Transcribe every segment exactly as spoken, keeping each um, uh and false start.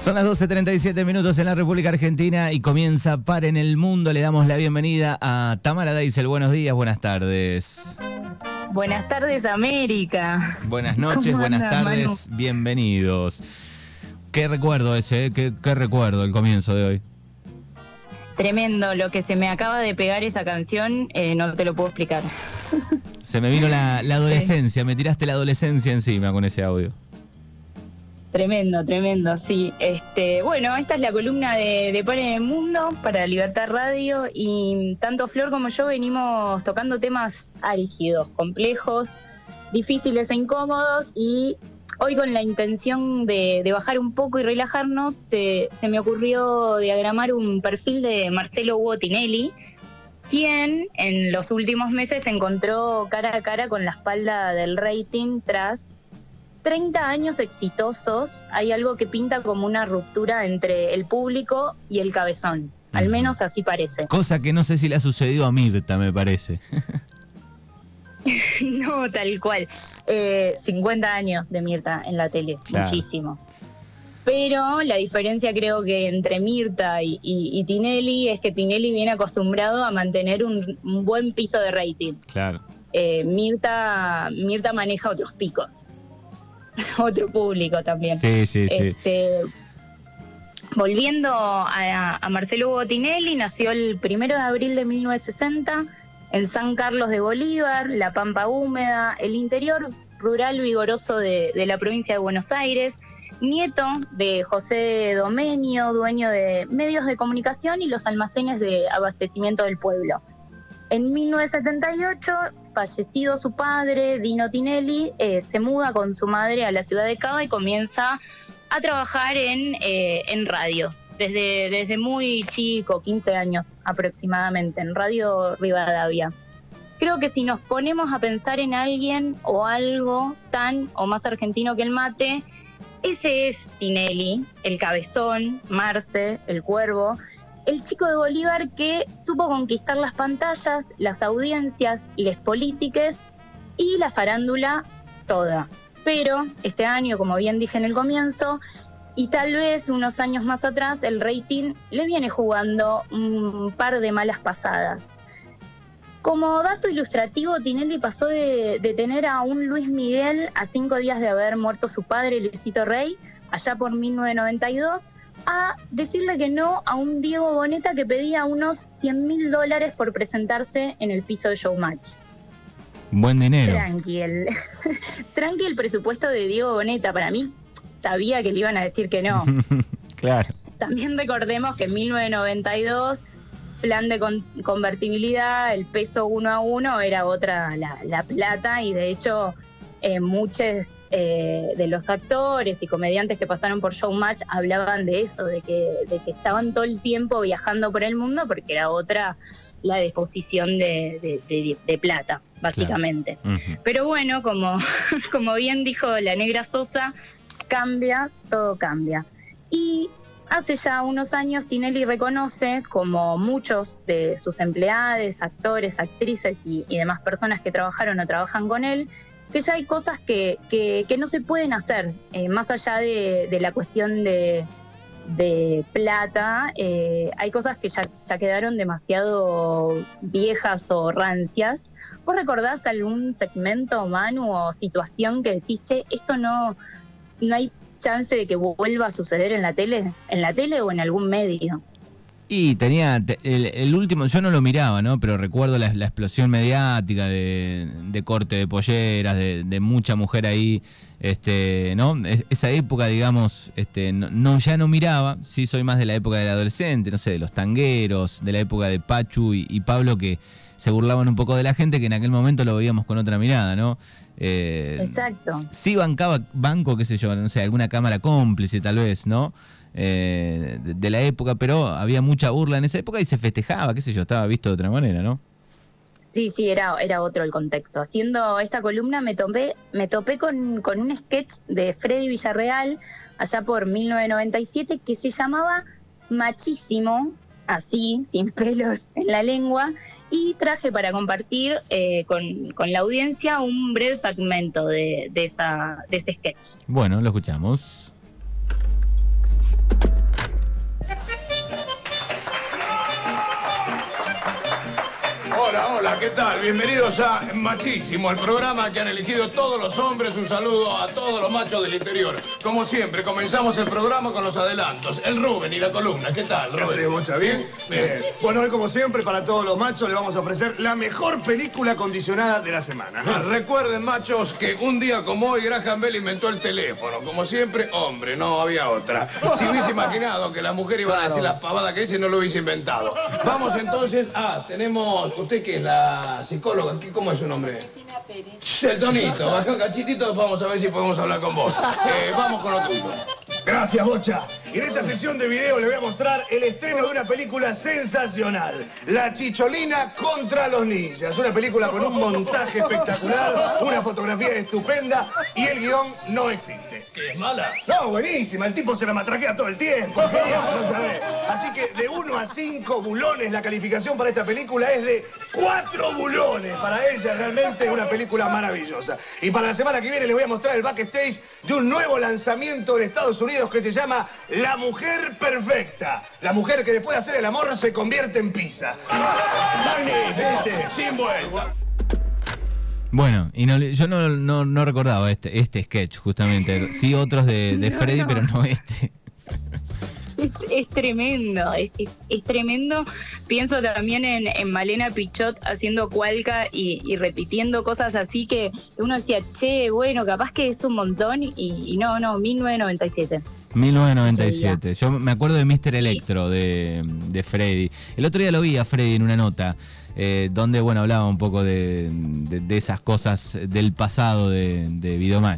Son las doce treinta y siete minutos en la República Argentina y comienza Par en el Mundo. Le damos la bienvenida a Tamara Deisel. Buenos días, buenas tardes. Buenas tardes, América. Buenas noches, buenas andas, tardes, Manu? Bienvenidos. Qué recuerdo ese, ¿eh? ¿Qué, qué recuerdo el comienzo de hoy? Tremendo, lo que se me acaba de pegar esa canción, eh, no te lo puedo explicar. Se me vino la, la adolescencia, sí. Me tiraste la adolescencia encima con ese audio. Tremendo, tremendo, sí. Este, bueno, esta es la columna de, de Par en el Mundo para Libertad Radio y tanto Flor como yo venimos tocando temas álgidos, complejos, difíciles e incómodos, y hoy con la intención de, de bajar un poco y relajarnos se, se me ocurrió diagramar un perfil de Marcelo Hugo Tinelli, quien en los últimos meses se encontró cara a cara con la espalda del rating tras treinta años exitosos. Hay algo que pinta como una ruptura entre el público y el cabezón. Al menos así parece. Cosa que no sé si le ha sucedido a Mirta, me parece. No, tal cual. Eh, cincuenta años de Mirta en la tele, claro. Muchísimo. Pero la diferencia creo que entre Mirta y, y, y Tinelli es que Tinelli viene acostumbrado a mantener un, un buen piso de rating. Claro. Eh, Mirta, Mirta maneja otros picos. Otro público también. Sí, sí, este, sí. Volviendo a, a Marcelo Hugo Tinelli, nació el primero de abril de mil novecientos sesenta en San Carlos de Bolívar, la Pampa Húmeda, el interior rural vigoroso de, de la provincia de Buenos Aires, nieto de José Domenio, dueño de medios de comunicación y los almacenes de abastecimiento del pueblo. En mil novecientos setenta y ocho, fallecido su padre, Dino Tinelli, eh, se muda con su madre a la ciudad de Cava y comienza a trabajar en, eh, en radios, desde, desde muy chico, quince años aproximadamente, en Radio Rivadavia. Creo que si nos ponemos a pensar en alguien o algo tan o más argentino que el mate, ese es Tinelli, el cabezón, Marce, el cuervo, el chico de Bolívar que supo conquistar las pantallas, las audiencias, les políticas y la farándula toda. Pero este año, como bien dije en el comienzo, y tal vez unos años más atrás, el rating le viene jugando un par de malas pasadas. Como dato ilustrativo, Tinelli pasó de, de tener a un Luis Miguel a cinco días de haber muerto su padre, Luisito Rey, allá por mil novecientos noventa y dos, a decirle que no a un Diego Boneta que pedía unos cien mil dólares por presentarse en el piso de Showmatch. Buen dinero. Tranqui el, tranqui el presupuesto de Diego Boneta. Para mí, sabía que le iban a decir que no. Claro. También recordemos que en mil novecientos noventa y dos, plan de con, convertibilidad, el peso uno a uno era otra la, la plata, y de hecho eh, muchos eh, de los actores y comediantes que pasaron por Showmatch hablaban de eso, de que, de que estaban todo el tiempo viajando por el mundo porque era otra la disposición de, de, de, de plata, básicamente. Claro. Uh-huh. Pero bueno, como, como bien dijo la Negra Sosa, cambia, todo cambia. Y hace ya unos años Tinelli reconoce, como muchos de sus empleados, actores, actrices y, y demás personas que trabajaron o trabajan con él, que ya hay cosas que, que, que no se pueden hacer, eh, más allá de, de la cuestión de, de plata, eh, hay cosas que ya, ya quedaron demasiado viejas o rancias. ¿Vos recordás algún segmento, Manu, o situación que decís, che, esto no, no hay chance de que vuelva a suceder en la tele, en la tele o en algún medio? Y tenía el, el último, yo no lo miraba, ¿no? Pero recuerdo la, la explosión mediática de, de corte de polleras, de, de mucha mujer ahí, este, ¿no? Es, esa época, digamos, este, no, no, ya no miraba. Sí, soy más de la época del adolescente, no sé, de los tangueros, de la época de Pachu y, y Pablo, que se burlaban un poco de la gente, que en aquel momento lo veíamos con otra mirada, ¿no? Eh, Exacto. Sí bancaba banco, qué sé yo, no sé, alguna cámara cómplice tal vez, ¿no? Eh, de, de la época, pero había mucha burla en esa época y se festejaba, qué sé yo, estaba visto de otra manera, ¿no? Sí, sí, era, era otro el contexto. Haciendo esta columna me topé, me topé con, con un sketch de Freddy Villarreal allá por mil novecientos noventa y siete que se llamaba Machísimo, así, sin pelos en la lengua, y traje para compartir eh, con, con la audiencia un breve fragmento de, de, esa, de ese sketch. Bueno, lo escuchamos. Hola, hola, ¿qué tal? Bienvenidos a Machísimo, el programa que han elegido todos los hombres. Un saludo a todos los machos del interior. Como siempre, comenzamos el programa con los adelantos. El Rubén y la columna, ¿qué tal, Rubén? ¿Qué haces, Bocha? ¿Bien? Bien. Eh, bueno, hoy como siempre, para todos los machos, le vamos a ofrecer la mejor película condicionada de la semana. Ah, recuerden, machos, que un día como hoy Graham Bell inventó el teléfono. Como siempre, hombre, no había otra. Si hubiese imaginado que la mujer iba claro. a decir las pavadas que dice, no lo hubiese inventado. Vamos entonces, ah, tenemos, ¿usted qué es? La psicóloga, ¿cómo es su nombre? Cristina Pérez. El tonito, baja un cachitito, vamos a ver si podemos hablar con vos. Eh, vamos con lo tuyo. Gracias, Bocha. Y en esta sección de video le voy a mostrar el estreno de una película sensacional. La Chicholina contra los ninjas. Una película con un montaje espectacular, una fotografía estupenda y el guión no existe. ¿Qué es mala? No, buenísima. El tipo se la matraquea todo el tiempo. Genial, no sabés. Así que de uno a cinco bulones la calificación para esta película es de cuatro bulones. Para ella realmente es una película maravillosa. Y para la semana que viene les voy a mostrar el backstage de un nuevo lanzamiento en Estados Unidos que se llama La Mujer Perfecta. La mujer que después de hacer el amor se convierte en pizza. Dani, vente, sin vuelta. Bueno, y no, yo no, no, no recordaba este, este sketch, justamente. Sí, otros de, de Freddy, no, no. pero no este. Es, es tremendo, es, es, es tremendo. Pienso también en, en Malena Pichot haciendo Cualca y, y repitiendo cosas así que uno decía, che, bueno, capaz que es un montón, y, y no, no, mil novecientos noventa y siete. mil novecientos noventa y siete. Yo me acuerdo de míster Electro, sí. de, de Freddy. El otro día lo vi a Freddy en una nota, eh, donde, bueno, hablaba un poco de, de, de esas cosas del pasado de, de Videomatch.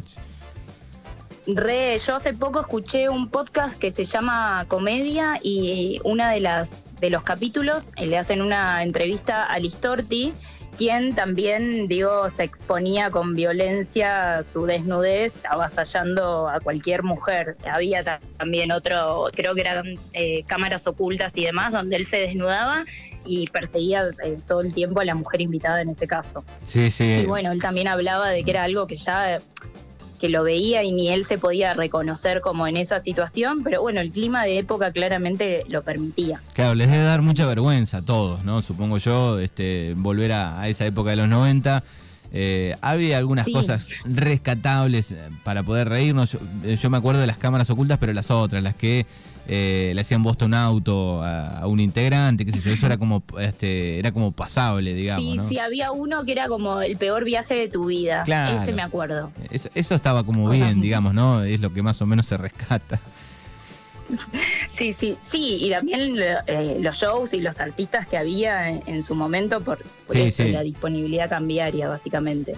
Re, yo hace poco escuché un podcast que se llama Comedia y una de las de los capítulos le hacen una entrevista a Listorti, quien también, digo, se exponía con violencia su desnudez, avasallando a cualquier mujer. Había también otro, creo que eran eh, cámaras ocultas y demás, donde él se desnudaba y perseguía eh, todo el tiempo a la mujer invitada en ese caso. Sí, sí. Y bueno, él también hablaba de que era algo que ya... que lo veía y ni él se podía reconocer como en esa situación, pero bueno, el clima de época claramente lo permitía. Claro, les debe dar mucha vergüenza a todos, ¿no? Supongo yo, este, volver a, a esa época de los noventa. Eh, había algunas sí. cosas rescatables para poder reírnos. Yo, yo me acuerdo de las cámaras ocultas, pero las otras, las que eh, le hacían bosta un auto a, a un integrante, qué sé yo, eso era como, este, era como pasable, digamos. Sí, ¿no? sí, había uno que era como el peor viaje de tu vida. Claro. Ese me acuerdo. Eso, eso estaba como bien, digamos, ¿no? Es lo que más o menos se rescata. Sí, sí, sí, y también eh, los shows y los artistas que había en, en su momento por, por sí, eso, sí. la disponibilidad cambiaria, básicamente.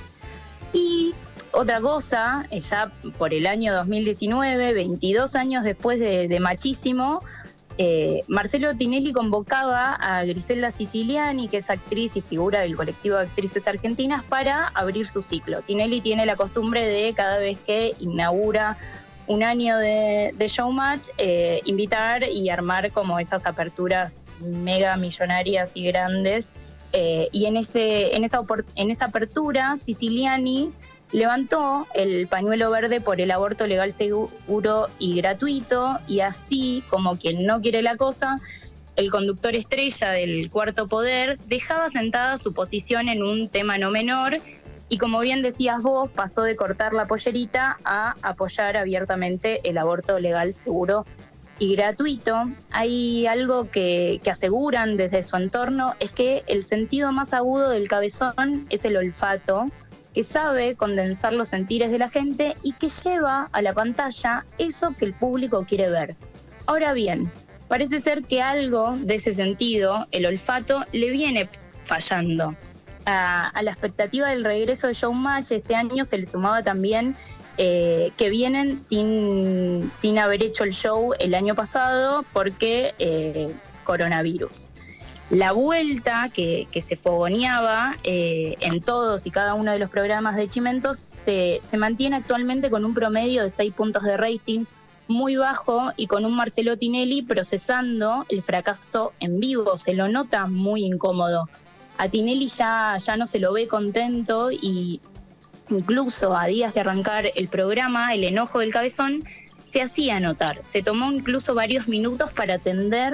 Y otra cosa, eh, ya por el año dos mil diecinueve, veintidós años después de, de Machísimo, eh, Marcelo Tinelli convocaba a Griselda Siciliani, que es actriz y figura del colectivo de actrices argentinas, para abrir su ciclo. Tinelli tiene la costumbre de, cada vez que inaugura un año de, de Showmatch, eh, invitar y armar como esas aperturas mega millonarias y grandes. Eh, y en, ese, en, esa, en esa apertura, Siciliani levantó el pañuelo verde por el aborto legal, seguro y gratuito, y así, como quien no quiere la cosa, el conductor estrella del Cuarto Poder dejaba sentada su posición en un tema no menor. Y como bien decías vos, pasó de cortar la pollerita a apoyar abiertamente el aborto legal, seguro y gratuito. Hay algo que, que aseguran desde su entorno, es que el sentido más agudo del cabezón es el olfato, que sabe condensar los sentires de la gente y que lleva a la pantalla eso que el público quiere ver. Ahora bien, parece ser que algo de ese sentido, el olfato, le viene fallando. A, a la expectativa del regreso de Showmatch este año se le sumaba también eh, que vienen sin, sin haber hecho el show el año pasado porque eh, coronavirus. La vuelta que, que se fogoneaba eh, en todos y cada uno de los programas de Chimentos se, se mantiene actualmente con un promedio de seis puntos de rating, muy bajo, y con un Marcelo Tinelli procesando el fracaso en vivo. Se lo nota muy incómodo. A Tinelli ya, ya no se lo ve contento, y incluso a días de arrancar el programa, el enojo del cabezón se hacía notar. Se tomó incluso varios minutos para atender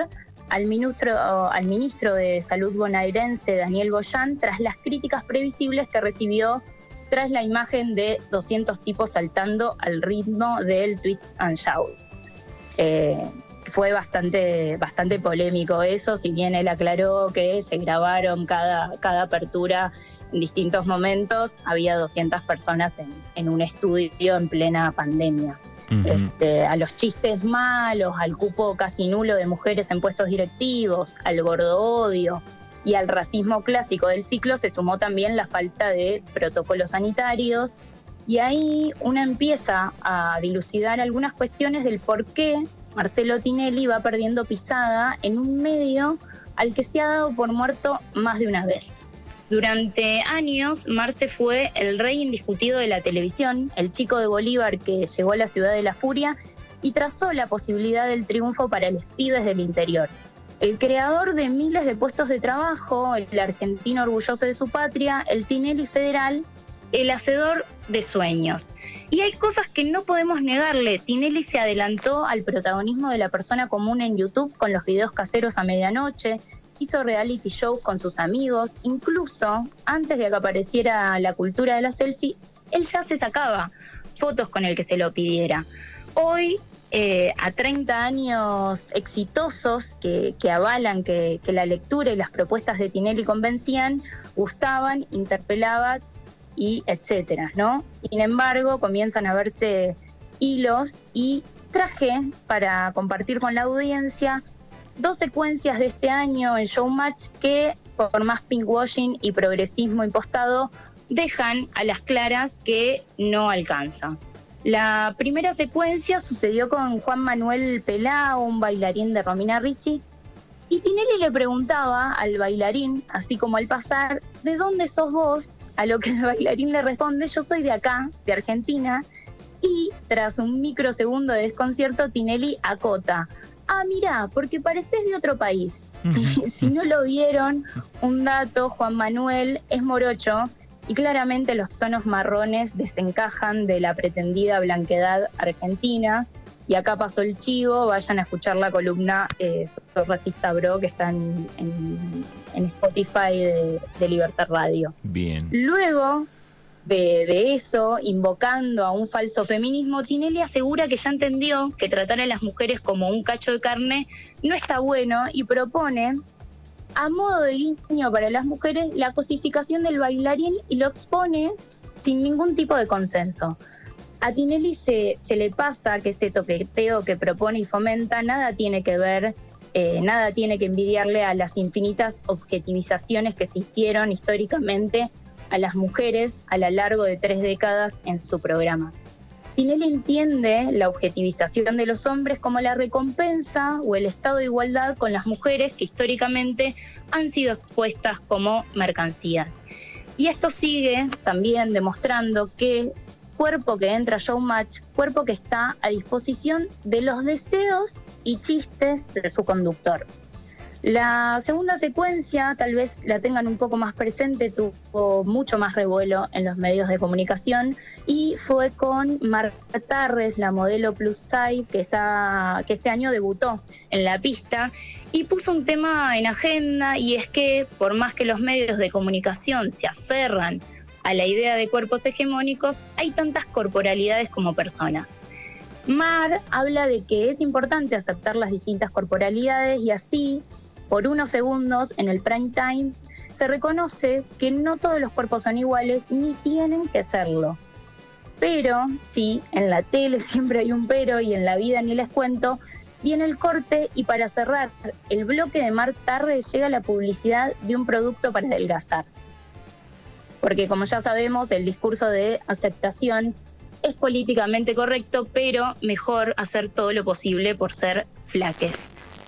al ministro, al ministro de Salud bonaerense, Daniel Goyan, tras las críticas previsibles que recibió tras la imagen de doscientos tipos saltando al ritmo del Twist and Shout. Eh, fue bastante, bastante polémico eso, si bien él aclaró que se grabaron cada, cada apertura en distintos momentos, había doscientas personas en, en un estudio en plena pandemia. Uh-huh. Este, a los chistes malos, al cupo casi nulo de mujeres en puestos directivos, al gordo odio y al racismo clásico del ciclo se sumó también la falta de protocolos sanitarios, y ahí uno empieza a dilucidar algunas cuestiones del por qué Marcelo Tinelli va perdiendo pisada en un medio al que se ha dado por muerto más de una vez. Durante años, Marce fue el rey indiscutido de la televisión, el chico de Bolívar que llegó a la ciudad de la furia y trazó la posibilidad del triunfo para los pibes del interior. El creador de miles de puestos de trabajo, el argentino orgulloso de su patria, el Tinelli federal, el hacedor de sueños. Y hay cosas que no podemos negarle. Tinelli se adelantó al protagonismo de la persona común en YouTube con los videos caseros a medianoche, hizo reality shows con sus amigos, incluso antes de que apareciera la cultura de la selfie, él ya se sacaba fotos con el que se lo pidiera. Hoy, eh, a treinta años exitosos que, que avalan que, que la lectura y las propuestas de Tinelli convencían, gustaban, interpelaban y etcétera, ¿no? Sin embargo, comienzan a verse hilos y traje para compartir con la audiencia dos secuencias de este año en Showmatch que, por más pinkwashing y progresismo impostado, dejan a las claras que no alcanza. La primera secuencia sucedió con Juan Manuel Pelao, un bailarín de Romina Ricci, y Tinelli le preguntaba al bailarín, así como al pasar, ¿de dónde sos vos? A lo que el bailarín le responde, yo soy de acá, de Argentina, y tras un microsegundo de desconcierto, Tinelli acota, ah, mirá, porque pareces de otro país. Si, si no lo vieron, un dato, Juan Manuel es morocho y claramente los tonos marrones desencajan de la pretendida blanquedad argentina. Y acá pasó el chivo, vayan a escuchar la columna eh, Soy Racista Bro, que está en, en, en Spotify de, de Libertad Radio. Bien. Luego de, de eso, invocando a un falso feminismo, Tinelli asegura que ya entendió que tratar a las mujeres como un cacho de carne no está bueno y propone, a modo de guiño para las mujeres, la cosificación del bailarín y lo expone sin ningún tipo de consenso. A Tinelli se, se le pasa que ese toqueteo que propone y fomenta nada tiene que ver, eh, nada tiene que envidiarle a las infinitas objetivizaciones que se hicieron históricamente a las mujeres a lo largo de tres décadas en su programa. Tinelli entiende la objetivización de los hombres como la recompensa o el estado de igualdad con las mujeres que históricamente han sido expuestas como mercancías. Y esto sigue también demostrando que cuerpo que entra a Showmatch, cuerpo que está a disposición de los deseos y chistes de su conductor. La segunda secuencia, tal vez la tengan un poco más presente, tuvo mucho más revuelo en los medios de comunicación y fue con Marta Tarres, la modelo plus size que, está, que este año debutó en la pista y puso un tema en agenda, y es que por más que los medios de comunicación se aferran a la idea de cuerpos hegemónicos, hay tantas corporalidades como personas. Mar habla de que es importante aceptar las distintas corporalidades y así, por unos segundos en el prime time, se reconoce que no todos los cuerpos son iguales ni tienen que serlo. Pero, sí, en la tele siempre hay un pero y en la vida ni les cuento, viene el corte y para cerrar el bloque de Mar Tarres llega la publicidad de un producto para adelgazar. Porque como ya sabemos, el discurso de aceptación es políticamente correcto, pero mejor hacer todo lo posible por ser flaques.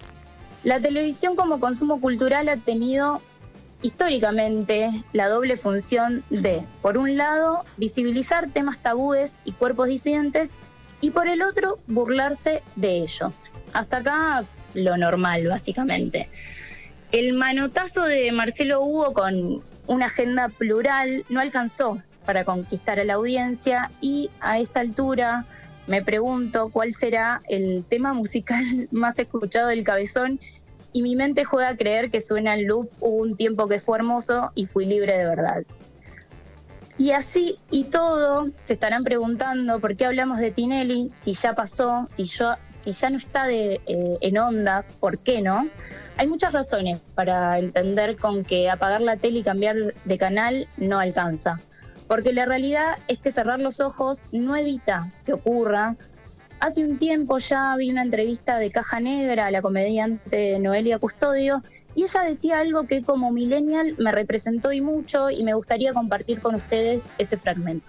La televisión como consumo cultural ha tenido históricamente la doble función de, por un lado, visibilizar temas tabúes y cuerpos disidentes, y por el otro, burlarse de ellos. Hasta acá lo normal, básicamente. El manotazo de Marcelo Hugo con una agenda plural no alcanzó para conquistar a la audiencia, y a esta altura me pregunto cuál será el tema musical más escuchado del Cabezón y mi mente juega a creer que suena en loop hubo un tiempo que fue hermoso y fui libre de verdad. Y así y todo, se estarán preguntando por qué hablamos de Tinelli, si ya pasó, si, yo, si ya no está de, eh, en onda, ¿por qué no? Hay muchas razones para entender con que apagar la tele y cambiar de canal no alcanza. Porque la realidad es que cerrar los ojos no evita que ocurra. Hace un tiempo ya vi una entrevista de Caja Negra a la comediante Noelia Custodio y ella decía algo que como millennial me representó y mucho y me gustaría compartir con ustedes ese fragmento.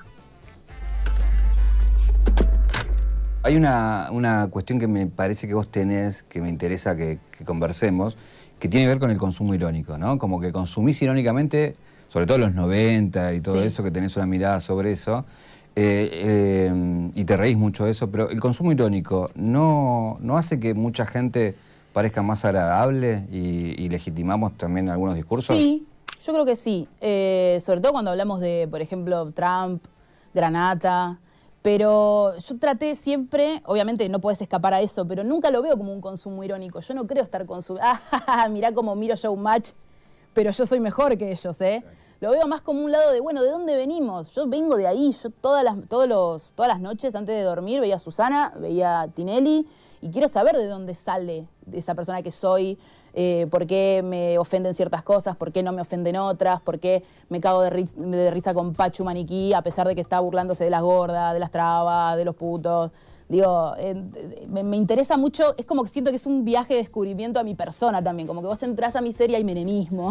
Hay una, una cuestión que me parece que vos tenés, que me interesa que, que conversemos, que tiene que ver con el consumo irónico, ¿no? Como que consumís irónicamente, sobre todo en los noventa y todo sí. eso, que tenés una mirada sobre eso, eh, eh, y te reís mucho de eso, pero el consumo irónico no, no hace que mucha gente parezca más agradable y, y legitimamos también algunos discursos. Sí, yo creo que sí. Eh, sobre todo cuando hablamos de, por ejemplo, Trump, Granata. Pero yo traté siempre, obviamente no puedes escapar a eso, pero nunca lo veo como un consumo irónico. Yo no creo estar consumiendo, ah, mirá cómo miro Showmatch, pero yo soy mejor que ellos, ¿eh? Lo veo más como un lado de, bueno, ¿de dónde venimos? Yo vengo de ahí, yo todas las, todos los, todas las noches antes de dormir veía a Susana, veía a Tinelli, y quiero saber de dónde sale de esa persona que soy, eh, por qué me ofenden ciertas cosas, por qué no me ofenden otras, por qué me cago de, ri de risa con Pachu Maniquí, a pesar de que está burlándose de las gordas, de las trabas, de los putos. Digo, eh, me, me interesa mucho, es como que siento que es un viaje de descubrimiento a mi persona también, como que vos entrás a mi serie y hay menemismo.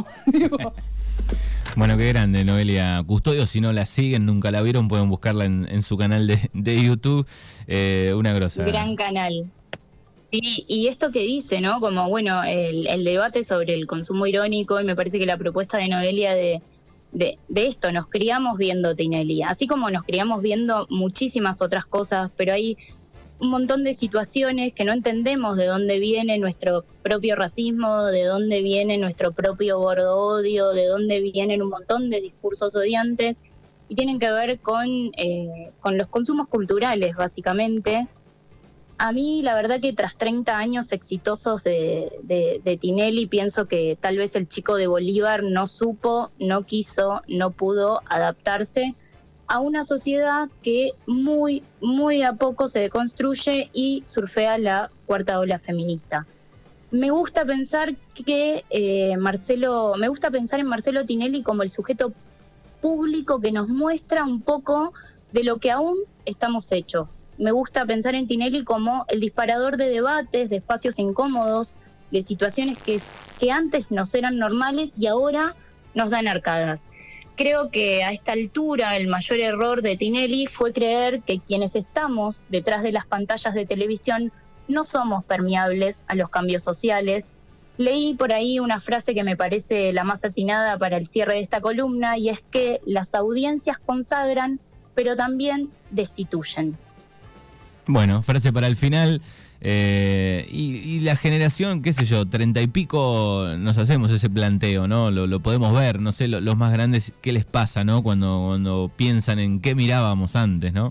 Bueno, qué grande Noelia Custodio, si no la siguen, nunca la vieron, pueden buscarla en, en su canal de, de YouTube, eh, una grosa. Gran canal. Sí, y esto que dice, ¿no? Como, bueno, el, el debate sobre el consumo irónico, y me parece que la propuesta de Noelia de, de, de esto, nos criamos viendo Tinelli, así como nos criamos viendo muchísimas otras cosas, pero hay un montón de situaciones que no entendemos de dónde viene nuestro propio racismo, de dónde viene nuestro propio gordo odio, de dónde vienen un montón de discursos odiantes, y tienen que ver con, eh, con los consumos culturales, básicamente. A mí, la verdad que tras treinta años exitosos de, de, de Tinelli, pienso que tal vez el chico de Bolívar no supo, no quiso, no pudo adaptarse a una sociedad que muy, muy a poco se deconstruye y surfea la cuarta ola feminista. Me gusta pensar que eh, Marcelo, me gusta pensar en Marcelo Tinelli como el sujeto público que nos muestra un poco de lo que aún estamos hechos. Me gusta pensar en Tinelli como el disparador de debates, de espacios incómodos, de situaciones que, que antes nos eran normales y ahora nos dan arcadas. Creo que a esta altura el mayor error de Tinelli fue creer que quienes estamos detrás de las pantallas de televisión no somos permeables a los cambios sociales. Leí por ahí una frase que me parece la más atinada para el cierre de esta columna, y es que las audiencias consagran, pero también destituyen. Bueno, frase para el final. Eh, y, y la generación, qué sé yo, treinta y pico, nos hacemos ese planteo, ¿no? Lo, lo podemos ver, no sé, lo, los más grandes, qué les pasa, ¿no? Cuando, cuando piensan en qué mirábamos antes, ¿no?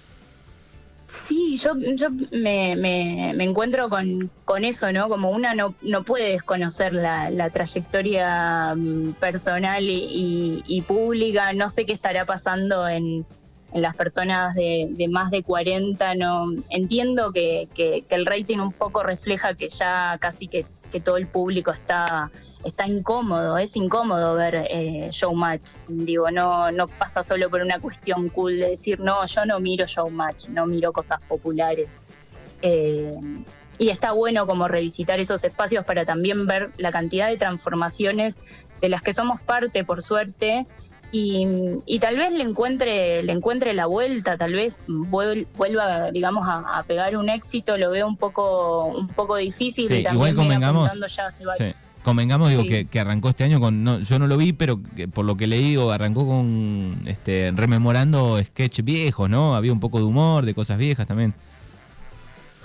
Sí, yo, yo me, me, me encuentro con, con eso, ¿no? Como una no, no puede desconocer la, la trayectoria personal y, y, y pública. No sé qué estará pasando en... en las personas de, de más de cuarenta, no entiendo que, que, que el rating un poco refleja que ya casi que, que todo el público está, está incómodo, es incómodo ver eh, Showmatch. Digo, no, no pasa solo por una cuestión cool de decir, no, yo no miro Showmatch, no miro cosas populares. Eh, y está bueno como revisitar esos espacios para también ver la cantidad de transformaciones de las que somos parte, por suerte. Y, y tal vez le encuentre le encuentre la vuelta, tal vez vuel, vuelva, digamos, a, a pegar un éxito. Lo veo un poco un poco difícil. Sí, y también igual convengamos, ya se va. Sí, convengamos digo, sí. que, que arrancó este año con, no, yo no lo vi, pero que, por lo que leí, arrancó con este rememorando sketch viejos, ¿no? Había un poco de humor, de cosas viejas también. Sí,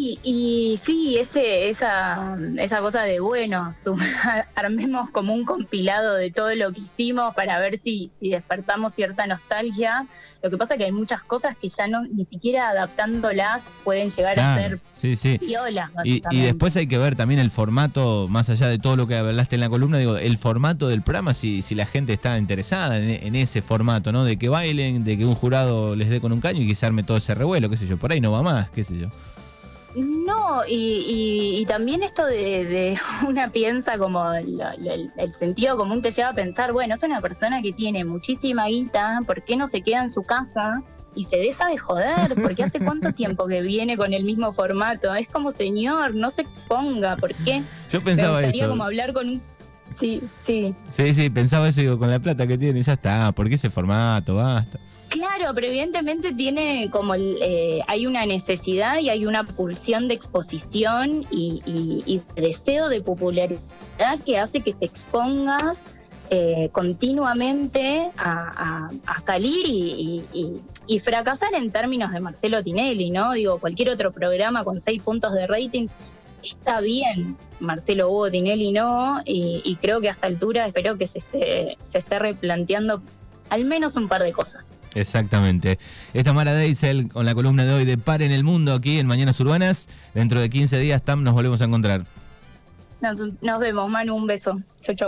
Y, y sí, ese, esa, esa cosa de, bueno, suma- armemos como un compilado de todo lo que hicimos para ver si, si despertamos cierta nostalgia. Lo que pasa es que hay muchas cosas que ya no, ni siquiera adaptándolas pueden llegar Claro, a ser sí, sí. piolas. Y, y básicamente. después hay que ver también el formato, más allá de todo lo que hablaste en la columna, digo, el formato del programa, si, si la gente está interesada en, en ese formato, ¿no? De que bailen, de que un jurado les dé con un caño y que se arme todo ese revuelo, qué sé yo, por ahí no va más, qué sé yo. No, y, y, y también esto de, de una piensa como el, el- el sentido común te lleva a pensar, bueno, es una persona que tiene muchísima guita, ¿por qué no se queda en su casa y se deja de joder? Porque hace cuánto tiempo que viene con el mismo formato. Es como, señor, no se exponga, ¿por qué? Yo Me pensaba gustaría eso. como hablar con un... Sí, sí. Sí, sí, pensaba eso, digo, con la plata que tiene, ya está, ¿por qué ese formato? Basta. Claro, pero evidentemente tiene como el, eh, hay una necesidad y hay una pulsión de exposición y, y- y deseo de popularidad que hace que te expongas eh, continuamente a, a- a salir y, y- y- y fracasar en términos de Marcelo Tinelli, ¿no? Digo, cualquier otro programa con seis puntos de rating está bien, Marcelo Hugo Tinelli no, y, y creo que a esta altura espero que se esté, se esté replanteando al menos un par de cosas. Exactamente. Esta Mara Deisel con la columna de hoy de Par en el Mundo aquí en Mañanas Urbanas. Dentro de quince días, Tam, nos volvemos a encontrar. Nos, nos vemos, Manu, un beso. Chau, chau.